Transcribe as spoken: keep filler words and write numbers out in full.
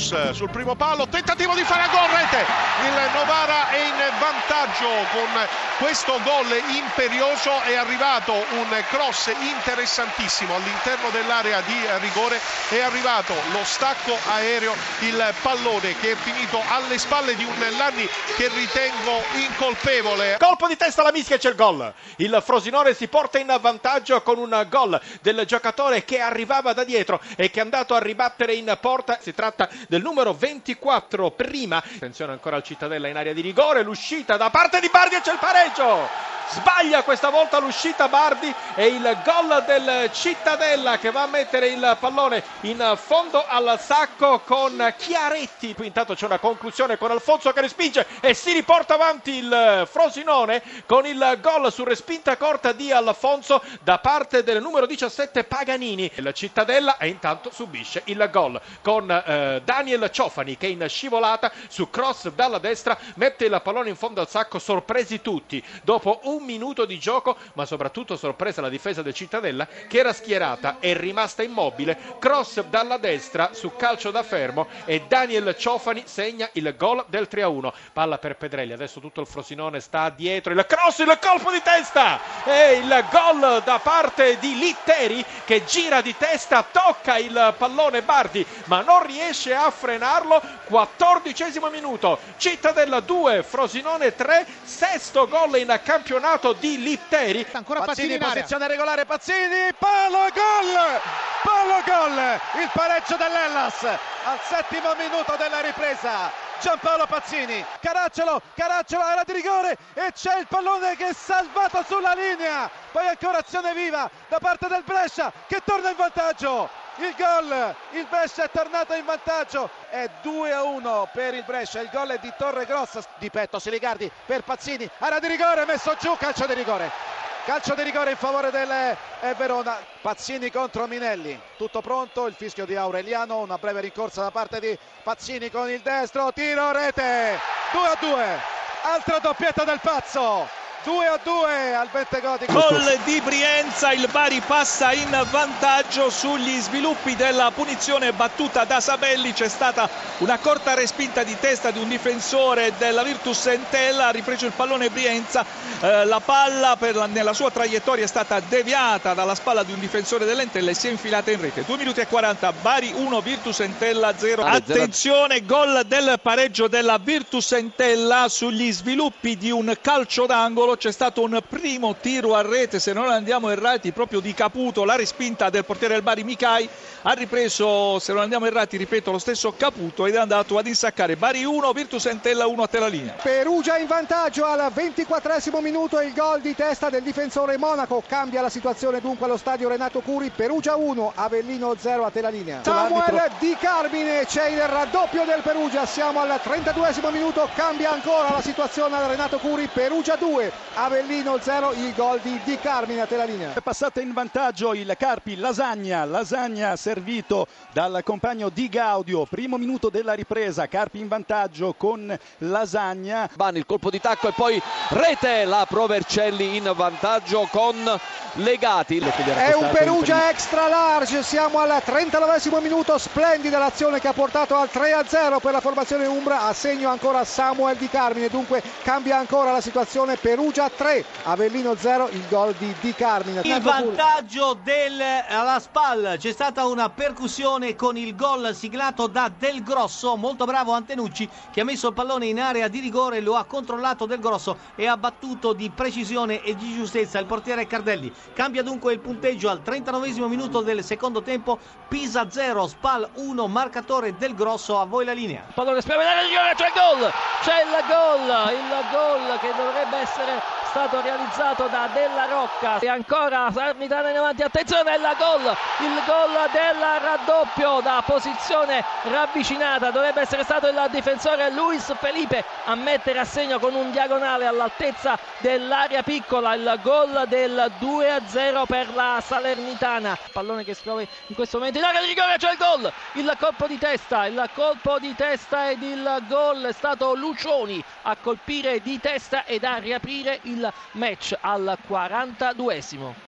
cross sul primo palo, tentativo di fare a gol, rete. Il Novara è in vantaggio con questo gol imperioso. È arrivato un cross interessantissimo all'interno dell'area di rigore, è arrivato lo stacco aereo, il pallone che è finito alle spalle di un Lanni che ritengo incolpevole. Colpo di testa alla mischia e c'è il gol. Il Frosinone si porta in vantaggio con un gol del giocatore che arrivava da dietro e che è andato a ribattere in porta. Si tratta del numero ventiquattro prima. Attenzione ancora al Cittadella in area di rigore, l'uscita da parte di Bardi e c'è il pareggio. Sbaglia questa volta l'uscita Bardi e il gol del Cittadella che va a mettere il pallone in fondo al sacco con Chiaretti. Qui intanto c'è una conclusione con Alfonso che respinge e si riporta avanti il Frosinone con il gol su respinta corta di Alfonso da parte del numero diciassette Paganini. Il Cittadella e intanto subisce il gol con eh, Daniel Ciofani che in scivolata su cross dalla destra mette il pallone in fondo al sacco, sorpresi tutti dopo un un minuto di gioco, ma soprattutto sorpresa la difesa del Cittadella che era schierata e rimasta immobile. Cross dalla destra su calcio da fermo e Daniel Ciofani segna il gol del tre a uno. Palla per Pedrelli, adesso tutto il Frosinone sta dietro, il cross, il colpo di testa e il gol da parte di Litteri che gira di testa, tocca il pallone Bardi ma non riesce a frenarlo. Quattordicesimo minuto, Cittadella due, Frosinone tre, sesto gol in campionato di Litteri. Ancora Pazzini, Pazzini in posizione regolare, Pazzini, palo, gol, palo, gol, il pareggio dell'Hellas al settimo minuto della ripresa. Giampaolo Pazzini, Caracciolo, Caracciolo alla di rigore e c'è il pallone che è salvato sulla linea, poi ancora azione viva da parte del Brescia che torna in vantaggio. Il gol, il Brescia è tornato in vantaggio, è due a uno per il Brescia, il gol è di Torregrossa, di petto Siligardi per Pazzini, area di rigore, messo giù, calcio di rigore, calcio di rigore in favore del eh, Verona. Pazzini contro Minelli, tutto pronto, il fischio di Aureliano, una breve rincorsa da parte di Pazzini con il destro, tiro, rete, due a due, altra doppietta del Pazzo. due a due al Bentegodi. Gol di Brienza, il Bari passa in vantaggio sugli sviluppi della punizione battuta da Sabelli. C'è stata una corta respinta di testa di un difensore della Virtus Entella, ha ripreso il pallone Brienza, eh, la palla per la, nella sua traiettoria è stata deviata dalla spalla di un difensore dell'Entella e si è infilata in rete. due minuti e quaranta, Bari uno, Virtus Entella zero. Attenzione, gol del pareggio della Virtus Entella sugli sviluppi di un calcio d'angolo. C'è stato un primo tiro a rete, se non andiamo errati, proprio di Caputo, la respinta del portiere del Bari Micai, ha ripreso, se non andiamo errati, ripeto, lo stesso Caputo ed è andato ad insaccare. Bari uno, Virtus Entella uno a te la linea. Perugia in vantaggio al ventiquattresimo minuto, il gol di testa del difensore Monaco, cambia la situazione dunque allo stadio Renato Curi. Perugia uno, Avellino zero a te la linea. Samuel Di Carmine, c'è il raddoppio del Perugia, siamo al trentaduesimo minuto, cambia ancora la situazione al Renato Curi, Perugia due, Avellino zero, il gol di Di Carmine a te la linea. È passata in vantaggio il Carpi, Lasagna, Lasagna servito dal compagno Di Gaudio, primo minuto della ripresa, Carpi in vantaggio con Lasagna. Bani, il colpo di tacco e poi rete, la Provercelli in vantaggio con Legati. È un Perugia extra large, siamo al trentanovesimo minuto, splendida l'azione che ha portato al tre a zero per la formazione umbra, a segno ancora Samuel Di Carmine, dunque cambia ancora la situazione, Perugia tre, Avellino zero, il gol di Di Carmine. Il vantaggio della SPAL, c'è stata una percussione con il gol siglato da Del Grosso, molto bravo Antenucci che ha messo il pallone in area di rigore, lo ha controllato Del Grosso e ha battuto di precisione e di giustezza il portiere Cardelli. Cambia dunque il punteggio al trentanovesimo minuto del secondo tempo, Pisa zero, SPAL uno, marcatore Del Grosso, a voi la linea. Pallone sperimentale, c'è il gol, c'è il gol, il gol che dovrebbe essere stato realizzato da Della Rocca e ancora Salernitana in avanti, attenzione, il gol, il gol del raddoppio da posizione ravvicinata, dovrebbe essere stato il difensore Luis Felipe a mettere a segno con un diagonale all'altezza dell'area piccola il gol del due a zero per la Salernitana. Pallone che si trova in questo momento in area di rigore, c'è il gol, il colpo di testa, il colpo di testa ed il gol è stato Lucioni a colpire di testa ed a riaprire il match al quarantaduesimo.